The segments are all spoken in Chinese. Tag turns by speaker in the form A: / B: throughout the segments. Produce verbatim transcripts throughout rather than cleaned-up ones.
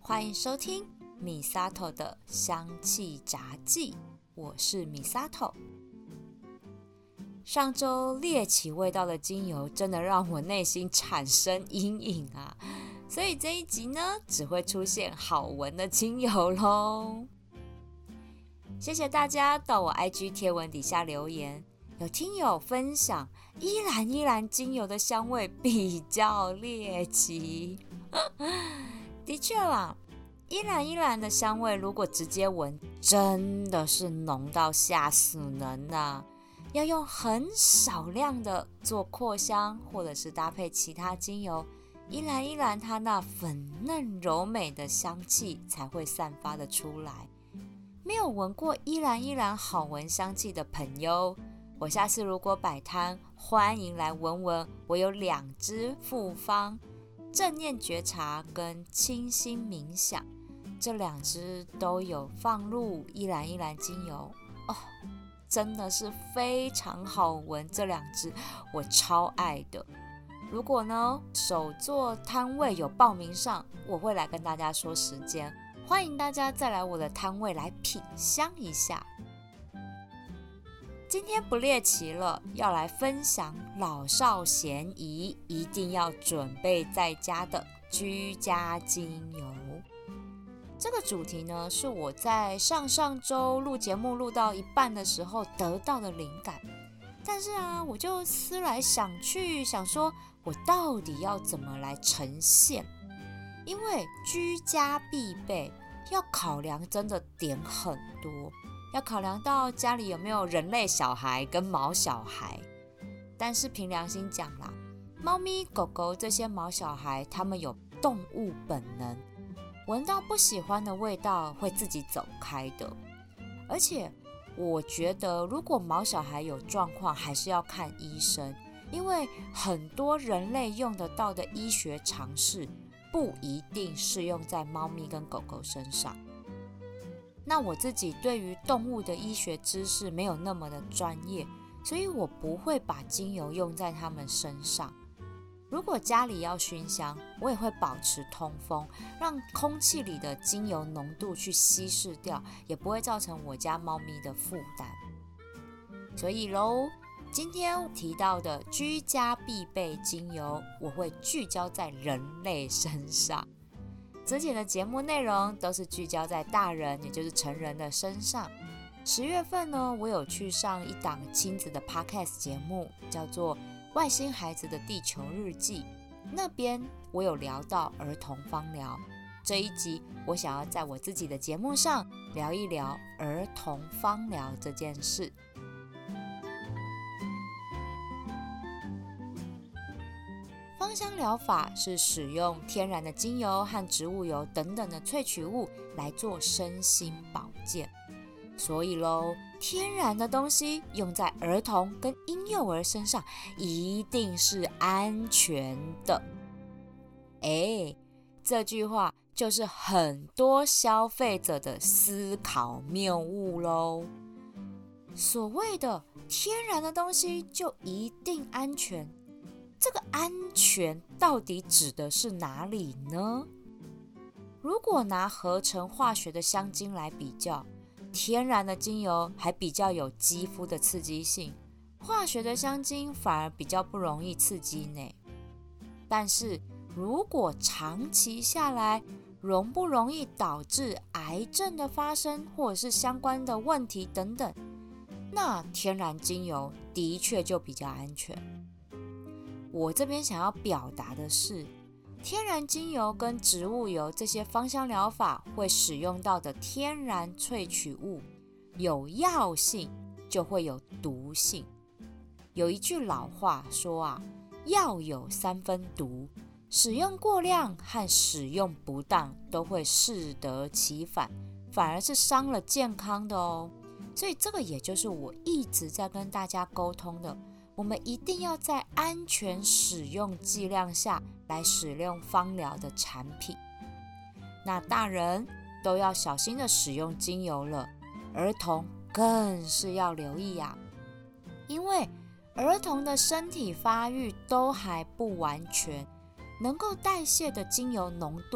A: 欢迎收听米萨头的香气杂记，我是米萨头。上周猎奇味道的精油真的让我内心产生阴影啊，所以这一集呢只会出现好闻的精油咯。谢谢大家到我 I G 贴文底下留言，有听友分享依兰依兰精油的香味比较猎奇。的确啦，依兰依兰的香味如果直接闻真的是浓到吓死人啊，要用很少量的做扩香或者是搭配其他精油，依兰依兰它那粉嫩柔美的香气才会散发得出来。没有闻过依兰依兰好闻香气的朋友，我下次如果摆摊，欢迎来闻闻我有两支复方正念觉察跟清心冥想，这两支都有放入依兰依兰精油哦，真的是非常好闻，这两支我超爱的。如果呢手作摊位有报名上，我会来跟大家说时间，欢迎大家再来我的摊位来品香一下。今天不猎奇了，要来分享老少咸宜，一定要准备在家的居家精油。这个主题呢，是我在上上周录节目录到一半的时候得到的灵感。但是啊，我就思来想去，想说我到底要怎么来呈现？因为居家必备，要考量真的点很多。要考量到家里有没有人类小孩跟毛小孩，但是凭良心讲啦，猫咪狗狗这些毛小孩它们有动物本能，闻到不喜欢的味道会自己走开的。而且我觉得如果毛小孩有状况还是要看医生，因为很多人类用得到的医学常识不一定适用在猫咪跟狗狗身上。那我自己对于动物的医学知识没有那么的专业，所以我不会把精油用在它们身上。如果家里要熏香，我也会保持通风，让空气里的精油浓度去稀释掉，也不会造成我家猫咪的负担。所以咯，今天提到的居家必备精油，我会聚焦在人类身上。之前的节目内容都是聚焦在大人，也就是成人的身上。十月份呢，我有去上一档亲子的 podcast 节目，叫做《外星孩子的地球日记》，那边我有聊到儿童芳疗。这一集我想要在我自己的节目上聊一聊儿童芳疗这件事。芳香疗法是使用天然的精油和植物油等等的萃取物来做身心保健，所以咯，天然的东西用在儿童跟婴幼儿身上一定是安全的。诶，这句话就是很多消费者的思考谬误咯。所谓的天然的东西就一定安全，这个安全到底指的是哪里呢？如果拿合成化学的香精来比较，天然的精油还比较有肌肤的刺激性，化学的香精反而比较不容易刺激呢。但是如果长期下来，容不容易导致癌症的发生，或者是相关的问题等等，那天然精油的确就比较安全。我这边想要表达的是，天然精油跟植物油这些芳香疗法会使用到的天然萃取物，有药性就会有毒性。有一句老话说啊，药有三分毒，使用过量和使用不当都会适得其反，反而是伤了健康的哦。所以这个也就是我一直在跟大家沟通的，我们一定要在安全使用剂量下来使用芳疗的产品。那大人都要小心的使用精油了，儿童更是要留意呀、啊，因为儿童的身体发育都还不完全，能够代谢的精油浓度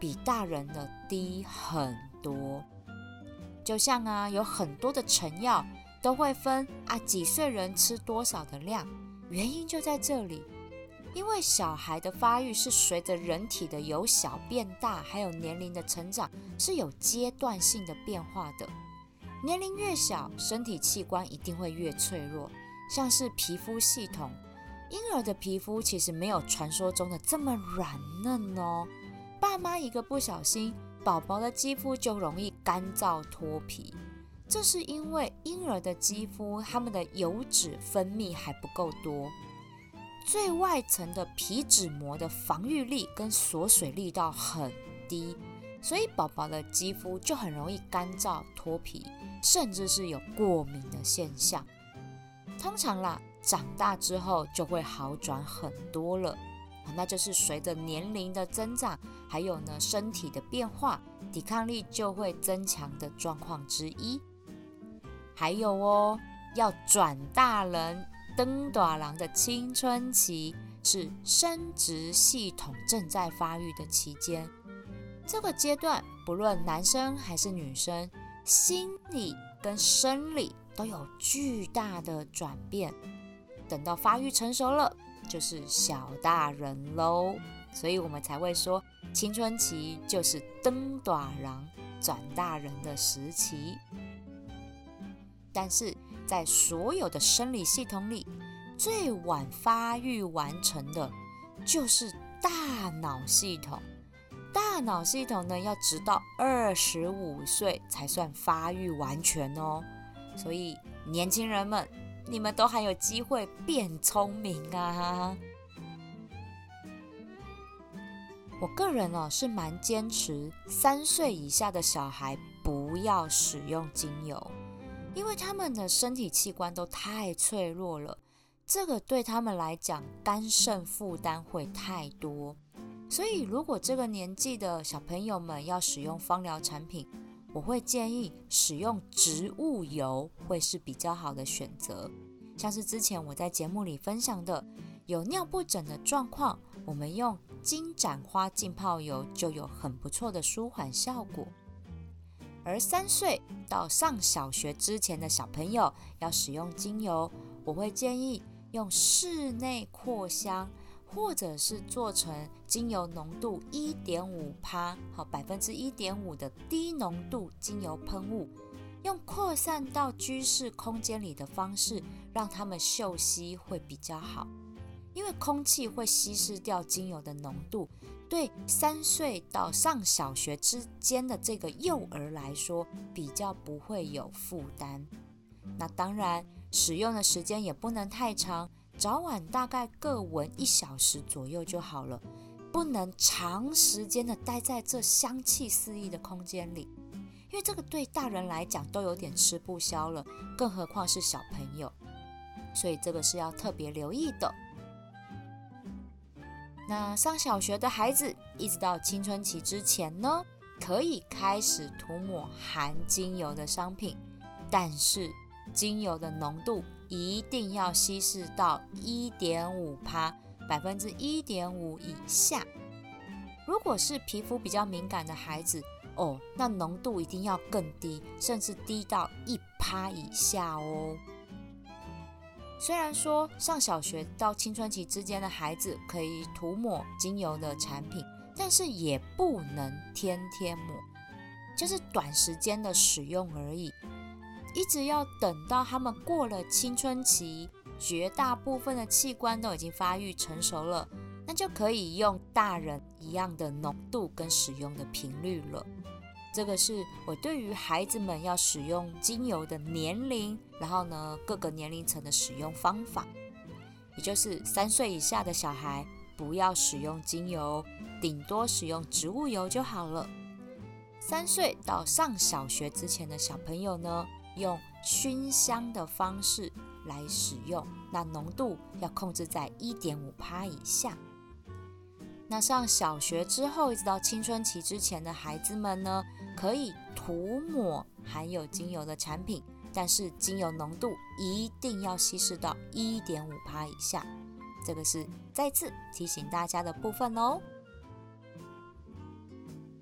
A: 比大人的低很多。就像啊，有很多的成药都会分啊几岁人吃多少的量，原因就在这里。因为小孩的发育是随着人体的由小变大，还有年龄的成长是有阶段性的变化的。年龄越小，身体器官一定会越脆弱，像是皮肤系统，婴儿的皮肤其实没有传说中的这么软嫩哦。爸妈一个不小心，宝宝的肌肤就容易干燥脱皮，这是因为婴儿的肌肤它们的油脂分泌还不够多，最外层的皮脂膜的防御力跟锁水力道很低，所以宝宝的肌肤就很容易干燥脱皮，甚至是有过敏的现象。通常啦，长大之后就会好转很多了，那就是随着年龄的增长，还有呢身体的变化，抵抗力就会增强的状况之一。还有哦，要转大人登大人的青春期是生殖系统正在发育的期间，这个阶段不论男生还是女生，心理跟生理都有巨大的转变。等到发育成熟了，就是小大人咯，所以我们才会说青春期就是登大人转大人的时期。但是在所有的生理系统里，最晚发育完成的就是大脑系统。大脑系统呢，要直到二十五岁才算发育完全哦。所以年轻人们，你们都还有机会变聪明啊！我个人哦是蛮坚持三岁以下的小孩不要使用精油，因为他们的身体器官都太脆弱了，这个对他们来讲肝肾负担会太多。所以如果这个年纪的小朋友们要使用芳疗产品，我会建议使用植物油会是比较好的选择。像是之前我在节目里分享的，有尿布疹的状况，我们用金盏花浸泡油就有很不错的舒缓效果。而三岁到上小学之前的小朋友要使用精油，我会建议用室内扩香，或者是做成精油浓度 百分之一点五 好 百分之一点五 的低浓度精油喷雾，用扩散到居室空间里的方式让它们嗅吸会比较好。因为空气会稀释掉精油的浓度，对三岁到上小学之间的这个幼儿来说比较不会有负担。那当然使用的时间也不能太长，早晚大概各闻一小时左右就好了，不能长时间的待在这香气四溢的空间里，因为这个对大人来讲都有点吃不消了，更何况是小朋友，所以这个是要特别留意的。那上小学的孩子一直到青春期之前呢，可以开始涂抹含精油的商品，但是精油的浓度一定要稀释到 百分之一点五 百分之一点五 以下。如果是皮肤比较敏感的孩子哦，那浓度一定要更低，甚至低到 百分之一 以下哦。虽然说上小学到青春期之间的孩子可以涂抹精油的产品，但是也不能天天抹，就是短时间的使用而已。一直要等到他们过了青春期，绝大部分的器官都已经发育成熟了，那就可以用大人一样的浓度跟使用的频率了。这个是我对于孩子们要使用精油的年龄，然后呢各个年龄层的使用方法，也就是三岁以下的小孩不要使用精油，顶多使用植物油就好了。三岁到上小学之前的小朋友呢，用熏香的方式来使用，那浓度要控制在 百分之一点五 以下。那上小学之后一直到青春期之前的孩子们呢，可以涂抹含有精油的产品，但是精油浓度一定要稀释到 百分之一点五 以下。这个是再次提醒大家的部分哦。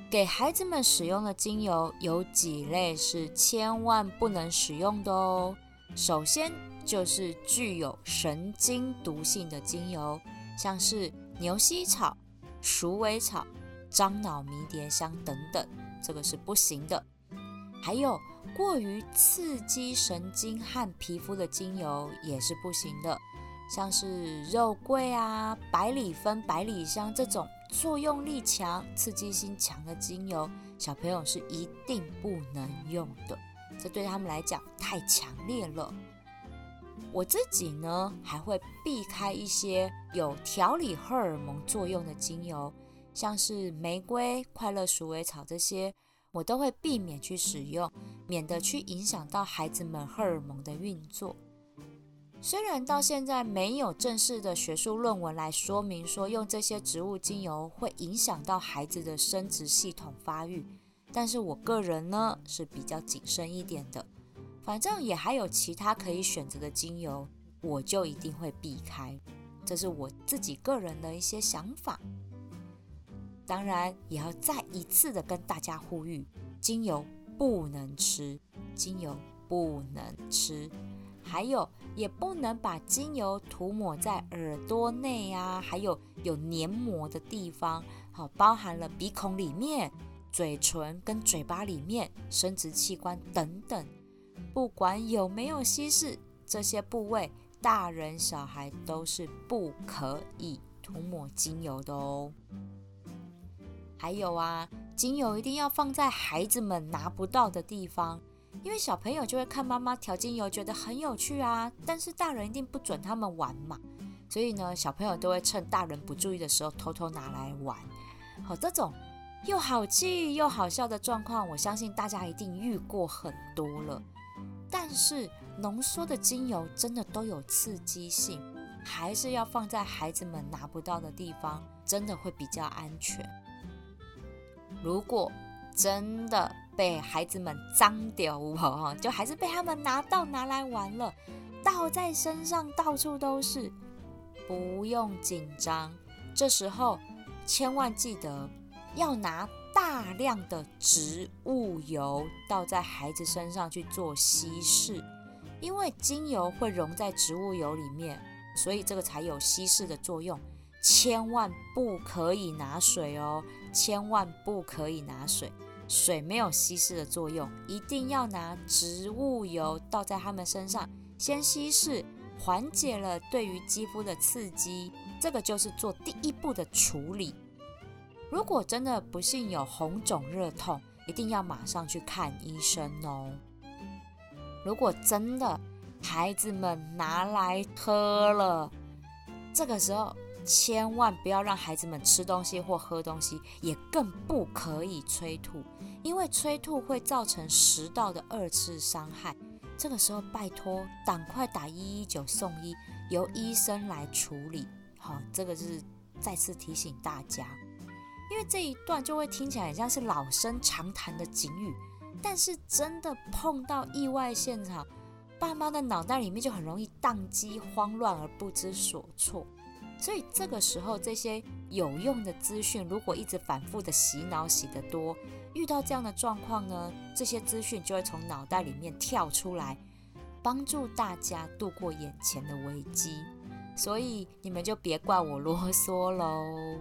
A: 给孩子们使用的精油有几类是千万不能使用的哦。首先就是具有神经毒性的精油，像是牛膝草、鼠尾草、樟脑迷迭香等等，这个是不行的。还有过于刺激神经和皮肤的精油也是不行的，像是肉桂啊、百里芬、百里香这种作用力强、刺激性强的精油，小朋友是一定不能用的，这对他们来讲太强烈了。我自己呢，还会避开一些有调理荷尔蒙作用的精油，像是玫瑰、快乐鼠尾草这些，我都会避免去使用，免得去影响到孩子们荷尔蒙的运作。虽然到现在没有正式的学术论文来说明说用这些植物精油会影响到孩子的生殖系统发育，但是我个人呢是比较谨慎一点的，反正也还有其他可以选择的精油，我就一定会避开，这是我自己个人的一些想法。当然也要再一次的跟大家呼吁，精油不能吃，精油不能吃，还有也不能把精油涂抹在耳朵内啊，还有有黏膜的地方，好，包含了鼻孔里面、嘴唇跟嘴巴里面、生殖器官等等，不管有没有稀释，这些部位大人小孩都是不可以涂抹精油的哦。还有啊，精油一定要放在孩子们拿不到的地方，因为小朋友就会看妈妈调精油觉得很有趣啊，但是大人一定不准他们玩嘛，所以呢，小朋友都会趁大人不注意的时候偷偷拿来玩。好，这种又好气又好笑的状况，我相信大家一定遇过很多了。但是浓缩的精油真的都有刺激性，还是要放在孩子们拿不到的地方，真的会比较安全。如果真的被孩子们脏掉了，就还是被他们拿到拿来玩了，倒在身上到处都是，不用紧张，这时候千万记得要拿大量的植物油倒在孩子身上去做稀释，因为精油会溶在植物油里面，所以这个才有稀释的作用。千万不可以拿水哦，千万不可以拿水，水没有稀释的作用，一定要拿植物油倒在他们身上，先稀释，缓解了对于肌肤的刺激，这个就是做第一步的处理。如果真的不幸有红肿热痛，一定要马上去看医生哦。如果真的孩子们拿来喝了，这个时候千万不要让孩子们吃东西或喝东西，也更不可以催吐，因为催吐会造成食道的二次伤害。这个时候拜托赶快打一一九送医，由医生来处理。好，这个是再次提醒大家，因为这一段就会听起来很像是老生常谈的警语，但是真的碰到意外现场，爸妈的脑袋里面就很容易宕机、慌乱而不知所措。所以这个时候这些有用的资讯如果一直反复的洗脑洗得多，遇到这样的状况呢，这些资讯就会从脑袋里面跳出来，帮助大家度过眼前的危机。所以你们就别怪我啰嗦咯。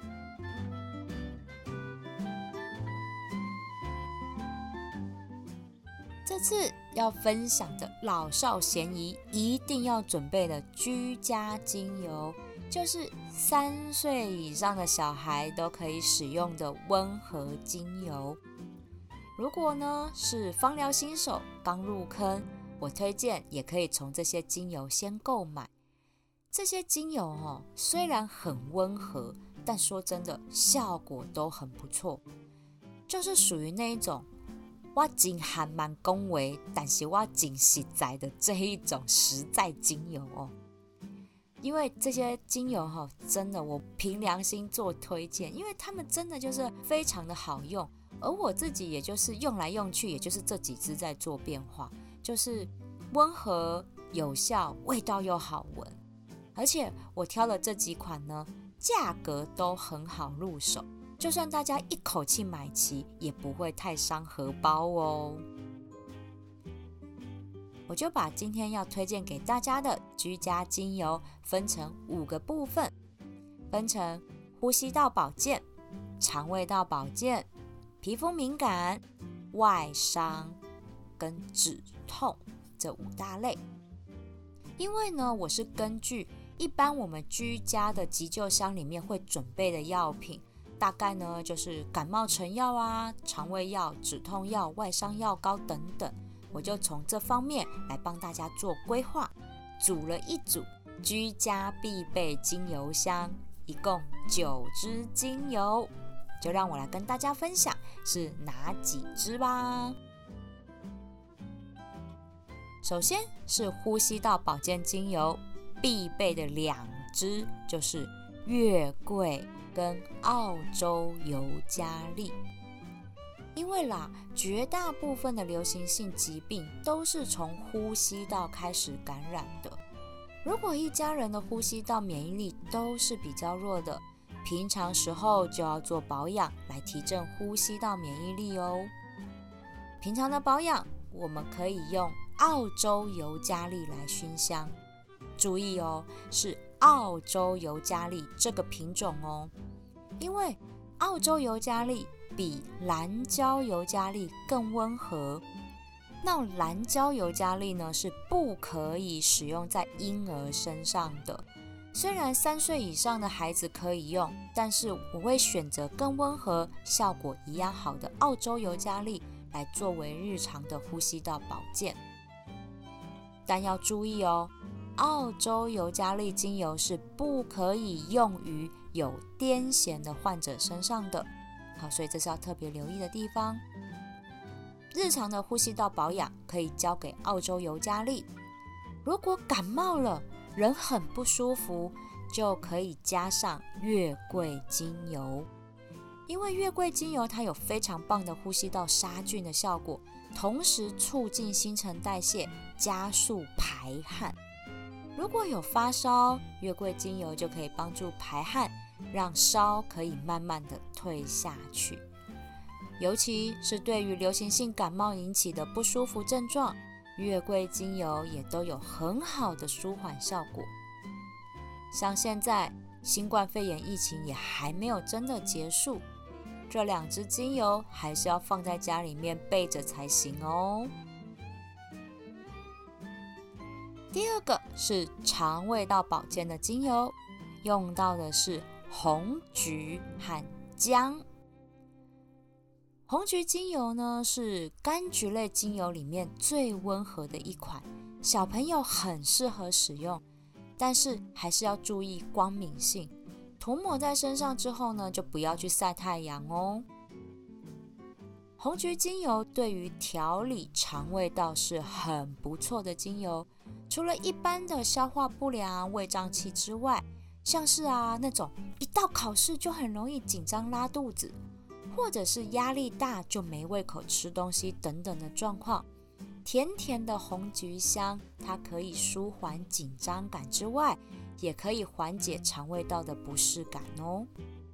A: 这次要分享的老少咸宜一定要准备的居家精油，就是三岁以上的小孩都可以使用的温和精油。如果呢是芳疗新手刚入坑，我推荐也可以从这些精油先购买。这些精油哦，虽然很温和，但说真的效果都很不错，就是属于那一种我真还蛮恭维，但是我真实在的这一种实在精油哦。因为这些精油哈、哦，真的我凭良心做推荐，因为它们真的就是非常的好用，而我自己也就是用来用去，也就是这几支在做变化，就是温和有效，味道又好闻，而且我挑的这几款呢，价格都很好入手。 就算大家一口气买齐，也不会太伤荷包哦。我就把今天要推荐给大家的居家精油分成五个部分，分成呼吸道保健、肠胃道保健、皮肤敏感、外伤跟止痛这五大类。因为呢，我是根据一般我们居家的急救箱里面会准备的药品，大概呢就是感冒成药啊、肠胃药、止痛药、外伤药膏等等，我就从这方面来帮大家做规划，组了一组居家必备精油箱，一共九支精油，就让我来跟大家分享是哪几支吧。首先是呼吸道保健精油必备的两支，就是月桂跟澳洲尤加利。因为啦，绝大部分的流行性疾病都是从呼吸道开始感染的。如果一家人的呼吸道免疫力都是比较弱的，平常时候就要做保养来提振呼吸道免疫力哦。平常的保养，我们可以用澳洲尤加利来熏香，注意哦，是澳洲尤加利这个品种哦，因为澳洲尤加利比蓝椒尤加利更温和。那蓝椒尤加利呢是不可以使用在婴儿身上的，虽然三岁以上的孩子可以用，但是我会选择更温和、效果一样好的澳洲尤加利来作为日常的呼吸道保健。但要注意哦，澳洲尤加利精油是不可以用于有癫痫的患者身上的，好，所以这是要特别留意的地方。日常的呼吸道保养可以交给澳洲尤加利，如果感冒了，人很不舒服，就可以加上月桂精油。因为月桂精油它有非常棒的呼吸道杀菌的效果，同时促进新陈代谢，加速排汗。如果有发烧，月桂精油就可以帮助排汗，让烧可以慢慢的退下去。尤其是对于流行性感冒引起的不舒服症状，月桂精油也都有很好的舒缓效果。像现在新冠肺炎疫情也还没有真的结束，这两支精油还是要放在家里面备着才行哦。第二个是肠胃道保健的精油，用到的是红桔和姜。红桔精油呢是柑橘类精油里面最温和的一款，小朋友很适合使用，但是还是要注意光敏性，涂抹在身上之后呢，就不要去晒太阳哦。红桔精油对于调理肠胃道是很不错的精油，除了一般的消化不良、胃胀气之外，像是啊那种一到考试就很容易紧张拉肚子，或者是压力大就没胃口吃东西等等的状况，甜甜的红桔香它可以舒缓紧张感之外，也可以缓解肠胃道的不适感哦。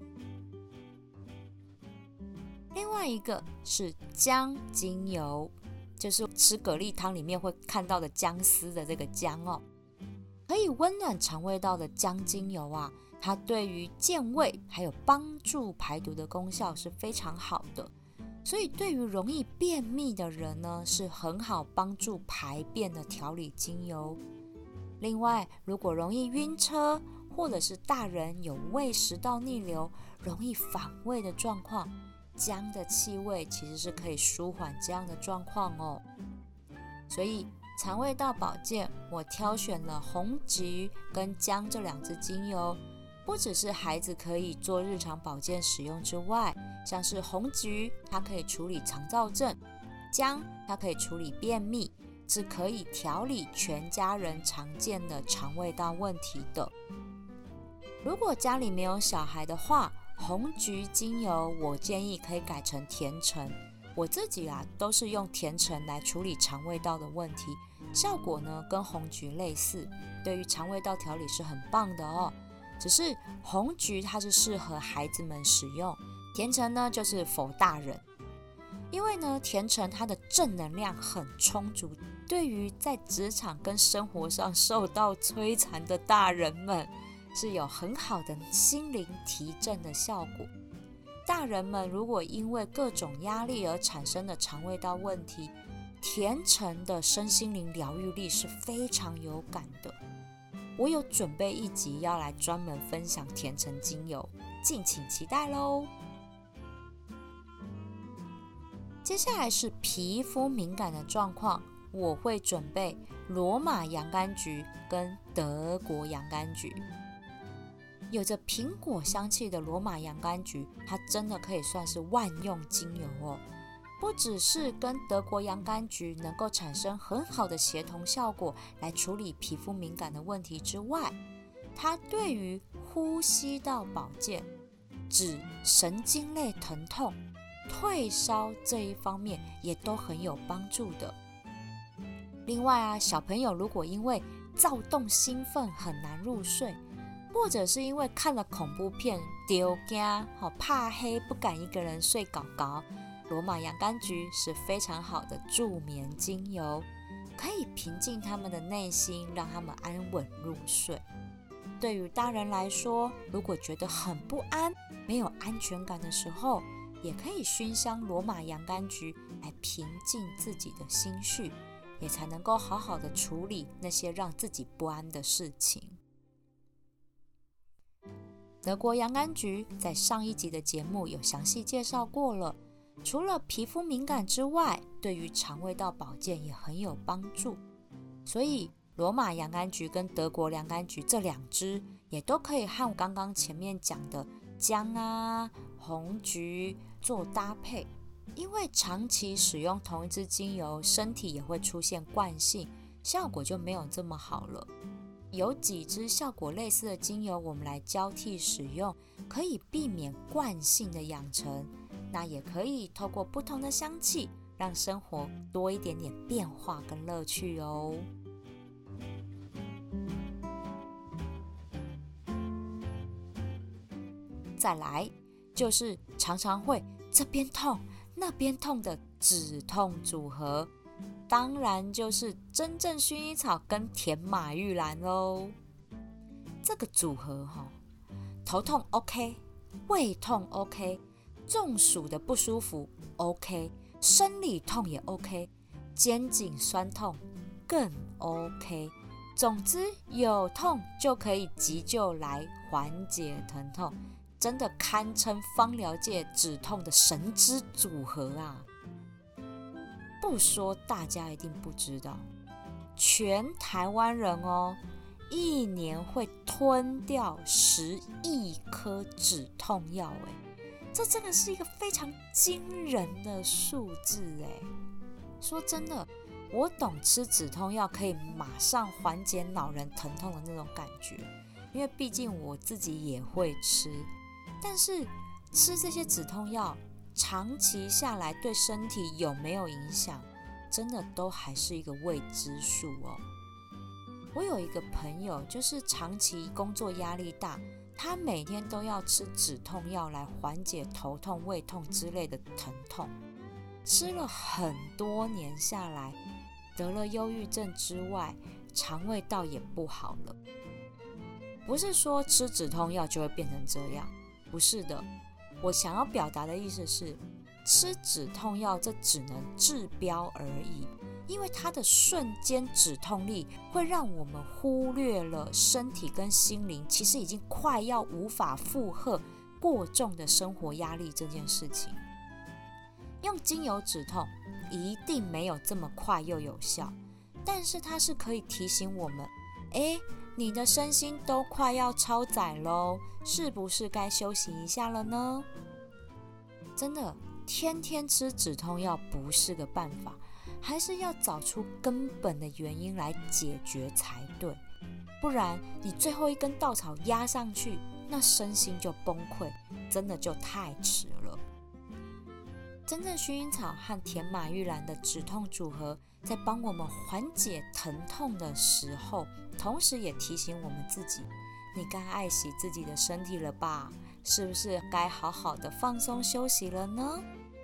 A: 另外一个是姜精油，就是吃蛤蜊汤里面会看到的姜丝的这个姜哦，可以温暖肠胃道的姜精油啊，它对于健胃还有帮助排毒的功效是非常好的，所以对于容易便秘的人呢，是很好帮助排便的调理精油。另外，如果容易晕车，或者是大人有胃食道逆流、容易反胃的状况，姜的气味其实是可以舒缓这样的状况哦。所以肠胃道保健，我挑选了红桔跟姜这两支精油，不只是孩子可以做日常保健使用之外，像是红桔它可以处理肠燥症，姜它可以处理便秘，是可以调理全家人常见的肠胃道问题的。如果家里没有小孩的话，红桔精油我建议可以改成甜橙，我自己啊都是用甜橙来处理肠胃道的问题，效果呢跟红桔类似，对于肠胃道调理是很棒的哦。只是红桔它是适合孩子们使用， 甜橙呢就是否大人，因为呢甜橙它的正能量很充足，对于在职场跟生活上受到摧残的大人们是有很好的心灵提振的效果。大人们如果因为各种压力而产生的肠胃道问题，甜橙的身心灵疗愈力是非常有感的。我有准备一集要来专门分享甜橙精油，敬请期待咯。接下来是皮肤敏感的状况，我会准备罗马洋甘菊跟德国洋甘菊。有着苹果香气的罗马洋甘菊，它真的可以算是万用精油哦。不只是跟德国洋甘菊能够产生很好的协同效果来处理皮肤敏感的问题之外，它对于呼吸道保健、指神经类疼痛、退烧这一方面也都很有帮助的。另外啊，小朋友如果因为躁动兴奋很难入睡，或者是因为看了恐怖片丢惊、怕黑不敢一个人睡搞搞，罗马洋甘菊是非常好的助眠精油，可以平静他们的内心，让他们安稳入睡。对于大人来说，如果觉得很不安、没有安全感的时候，也可以熏香罗马洋甘菊来平静自己的心绪，也才能够好好的处理那些让自己不安的事情。德国洋甘菊在上一集的节目有详细介绍过了，除了皮肤敏感之外，对于肠胃道保健也很有帮助。所以罗马洋甘菊跟德国洋甘菊这两支也都可以和刚刚前面讲的姜啊、红菊做搭配，因为长期使用同一支精油，身体也会出现惯性，效果就没有这么好了。有几支效果类似的精油，我们来交替使用，可以避免惯性的养成，那也可以透过不同的香气，让生活多一点点变化跟乐趣哦。再来就是常常会这边痛那边痛的止痛组合，当然就是真正薰衣草跟甜马玉兰咯。这个组合、哦、头痛 OK， 胃痛 OK， 中暑的不舒服 OK， 生理痛也 OK， 肩颈酸痛更 OK。 总之有痛就可以急救来缓解疼痛，真的堪称芳疗界止痛的神之组合啊！不说大家一定不知道，全台湾人哦，一年会吞掉十亿颗止痛药，哎，这真的是一个非常惊人的数字哎。说真的，我懂吃止痛药可以马上缓解恼人疼痛的那种感觉，因为毕竟我自己也会吃。但是吃这些止痛药长期下来对身体有没有影响，真的都还是一个未知数哦。我有一个朋友，就是长期工作压力大，他每天都要吃止痛药来缓解头痛、胃痛之类的疼痛，吃了很多年下来，得了忧郁症之外，肠胃道也不好了。不是说吃止痛药就会变成这样，不是的，我想要表达的意思是，吃止痛药这只能治标而已，因为它的瞬间止痛力会让我们忽略了身体跟心灵其实已经快要无法负荷过重的生活压力这件事情。用精油止痛一定没有这么快又有效，但是它是可以提醒我们，诶，你的身心都快要超载咯，是不是该休息一下了呢？真的，天天吃止痛药不是个办法，还是要找出根本的原因来解决才对，不然你最后一根稻草压上去，那身心就崩溃，真的就太迟了。真正薰衣草和甜马玉兰的止痛组合在帮我们缓解疼痛的时候，同时也提醒我们自己，你该爱惜自己的身体了吧？是不是该好好的放松休息了呢？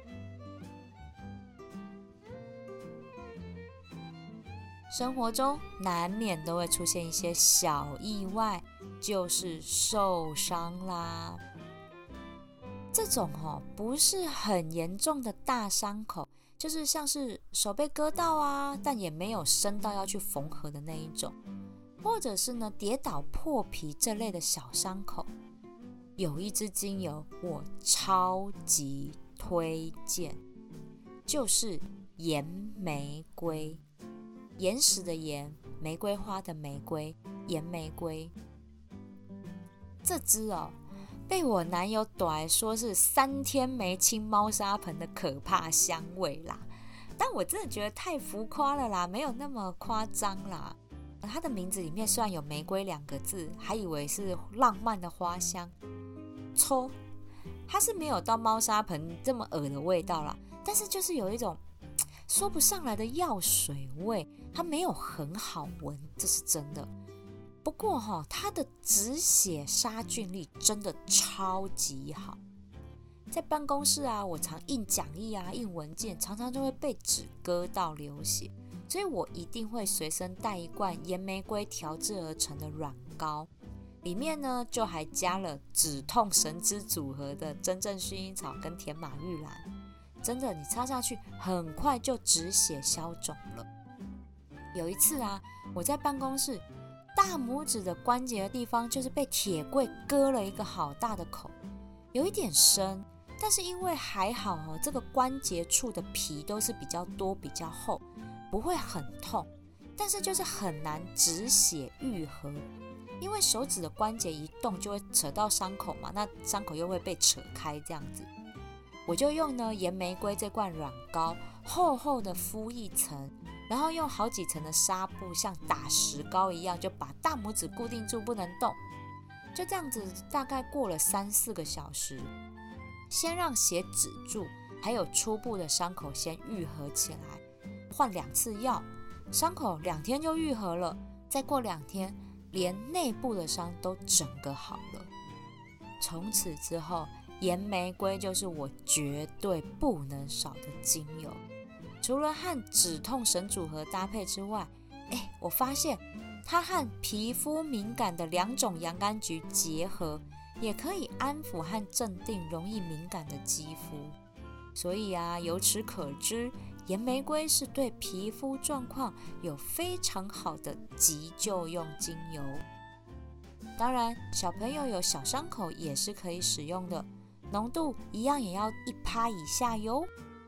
A: 生活中难免都会出现一些小意外，就是受伤啦。这种哦不是很严重的大伤口，就是像是手被割到啊，但也没有深到要去缝合的那一种，或者是呢跌倒破皮这类的小伤口。有一支精油我超级推荐，就是岩玫瑰。岩石的岩，玫瑰花的玫瑰，岩玫瑰。这支哦，被我男友短说是三天没清猫砂盆的可怕香味啦。但我真的觉得太浮夸了啦，没有那么夸张啦。它的名字里面虽然有玫瑰两个字，还以为是浪漫的花香。错，它是没有到猫砂盆这么恶的味道啦，但是就是有一种说不上来的药水味，它没有很好闻，这是真的。不过哈、哦，它的止血杀菌力真的超级好。在办公室啊，我常印讲义啊、印文件，常常就会被纸割到流血，所以我一定会随身带一罐岩玫瑰调制而成的软膏，里面呢就还加了止痛神之组合的真正薰衣草跟甜马玉兰。真的，你擦下去很快就止血消肿了。有一次啊，我在办公室，大拇指的关节的地方就是被铁柜割了一个好大的口，有一点深，但是因为还好哦，这个关节处的皮都是比较多比较厚，不会很痛，但是就是很难止血愈合，因为手指的关节一动就会扯到伤口嘛，那伤口又会被扯开这样子。我就用呢岩玫瑰这罐软膏，厚厚的敷一层，然后用好几层的纱布，像打石膏一样，就把大拇指固定住，不能动。就这样子，大概过了三四个小时，先让血止住，还有初步的伤口先愈合起来，换两次药，伤口两天就愈合了。再过两天，连内部的伤都整个好了。从此之后，岩玫瑰就是我绝对不能少的精油。除了和止痛神组合搭配之外，哎，我发现它和皮肤敏感的两种洋甘菊结合，也可以安抚和镇定容易敏感的肌肤。所以啊，由此可知，岩玫瑰是对皮肤状况有非常好的急救用精油。当然，小朋友有小伤口也是可以使用的，浓度一样也要一趴以下哟。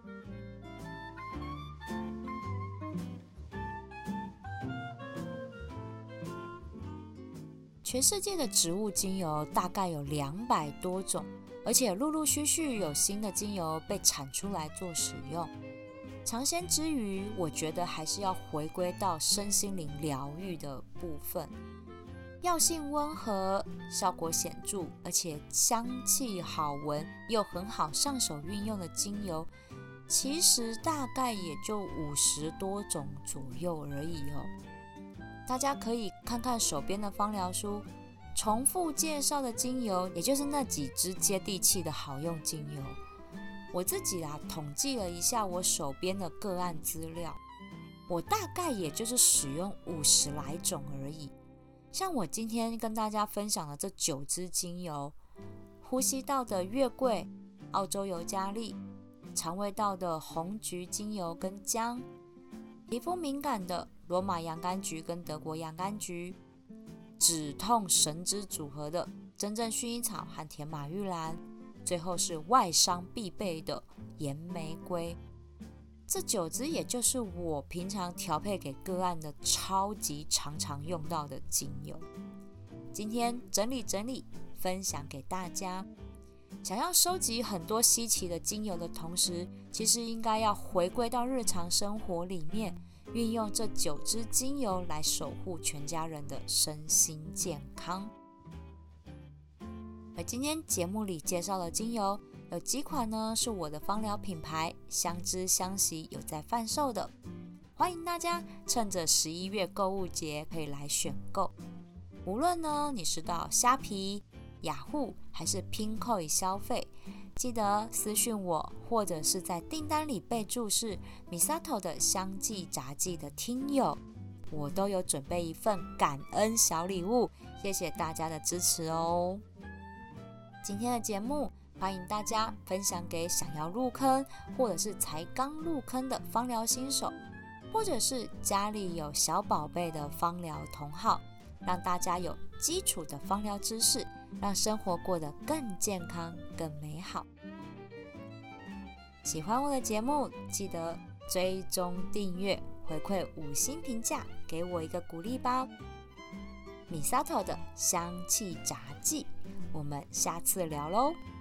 A: 全世界的植物精油大概有两百多种，而且陆陆续续有新的精油被产出来做使用。尝鲜之余，我觉得还是要回归到身心灵疗愈的部分。药性温和，效果显著，而且香气好闻又很好上手运用的精油，其实大概也就五十多种左右而已哦。大家可以看看手边的芳疗书，重复介绍的精油，也就是那几支接地气的好用精油。我自己啊统计了一下我手边的个案资料，我大概也就是使用五十来种而已。像我今天跟大家分享的这九支精油，呼吸道的月桂、澳洲尤加利，肠胃道的红菊精油跟姜，皮肤敏感的罗马洋甘菊跟德国洋甘菊，止痛神之组合的真正薰衣草和甜马玉兰，最后是外伤必备的岩玫瑰。这九支也就是我平常调配给个案的超级常常用到的精油。今天整理整理，分享给大家。想要收集很多稀奇的精油的同时，其实应该要回归到日常生活里面，运用这九支精油来守护全家人的身心健康。而今天节目里介绍的精油有几款呢，是我的芳疗品牌香知香息有在贩售的。 欢迎大家趁着十一月购物节可以来选购。无论呢你是到虾皮、雅虎还是 Pinkoi 消费，记得私讯我，或者是在订单里备注是 Misato 的香记杂记的听友，我都有准备一份感恩小礼物，谢谢大家的支持哦。今天的节目欢迎大家分享给想要入坑或者是才刚入坑的芳疗新手，或者是家里有小宝贝的芳疗同好，让大家有基础的芳疗知识，让生活过得更健康更美好。喜欢我的节目记得追踪订阅，回馈五星评价给我一个鼓励吧。Misato 的香气杂记，我们下次聊咯。